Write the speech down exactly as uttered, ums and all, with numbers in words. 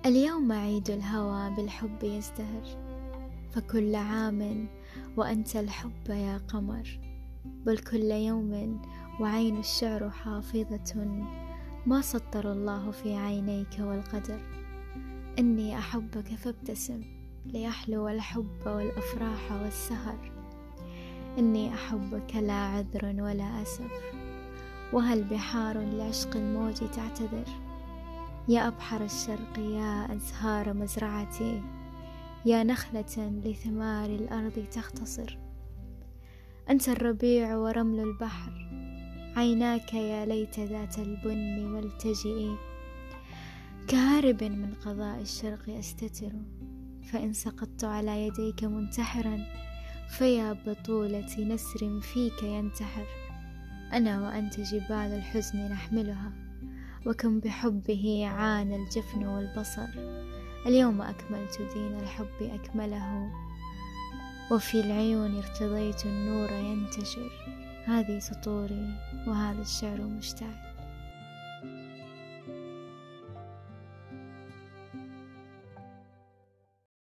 اليوم عيد الهوى بالحب يزدهر، فكل عام وأنت الحب يا قمر، بل كل يوم وعين الشعر حافظة ما سطر الله في عينيك والقدر. إني أحبك فابتسم ليحلو الحب والأفراح والسهر. إني أحبك لا عذر ولا أسف، وهل بحار لعشق الموج تعتذر؟ يا أبحر الشرق يا أزهار مزرعتي، يا نخلة لثمار الأرض تختصر. أنت الربيع ورمل البحر، عيناك يا ليت ذات البن ملتجئي. كهارب من قضاء الشرق أستتر، فإن سقطت على يديك منتحرا فيا بطولة نسر فيك ينتحر. أنا وأنت جبال الحزن نحملها، وكم بحبه عانى الجفن والبصر. اليوم أكملت دين الحب أكمله، وفي العيون ارتضيت النور ينتشر. هذه سطوري وهذا الشعر مشتعل.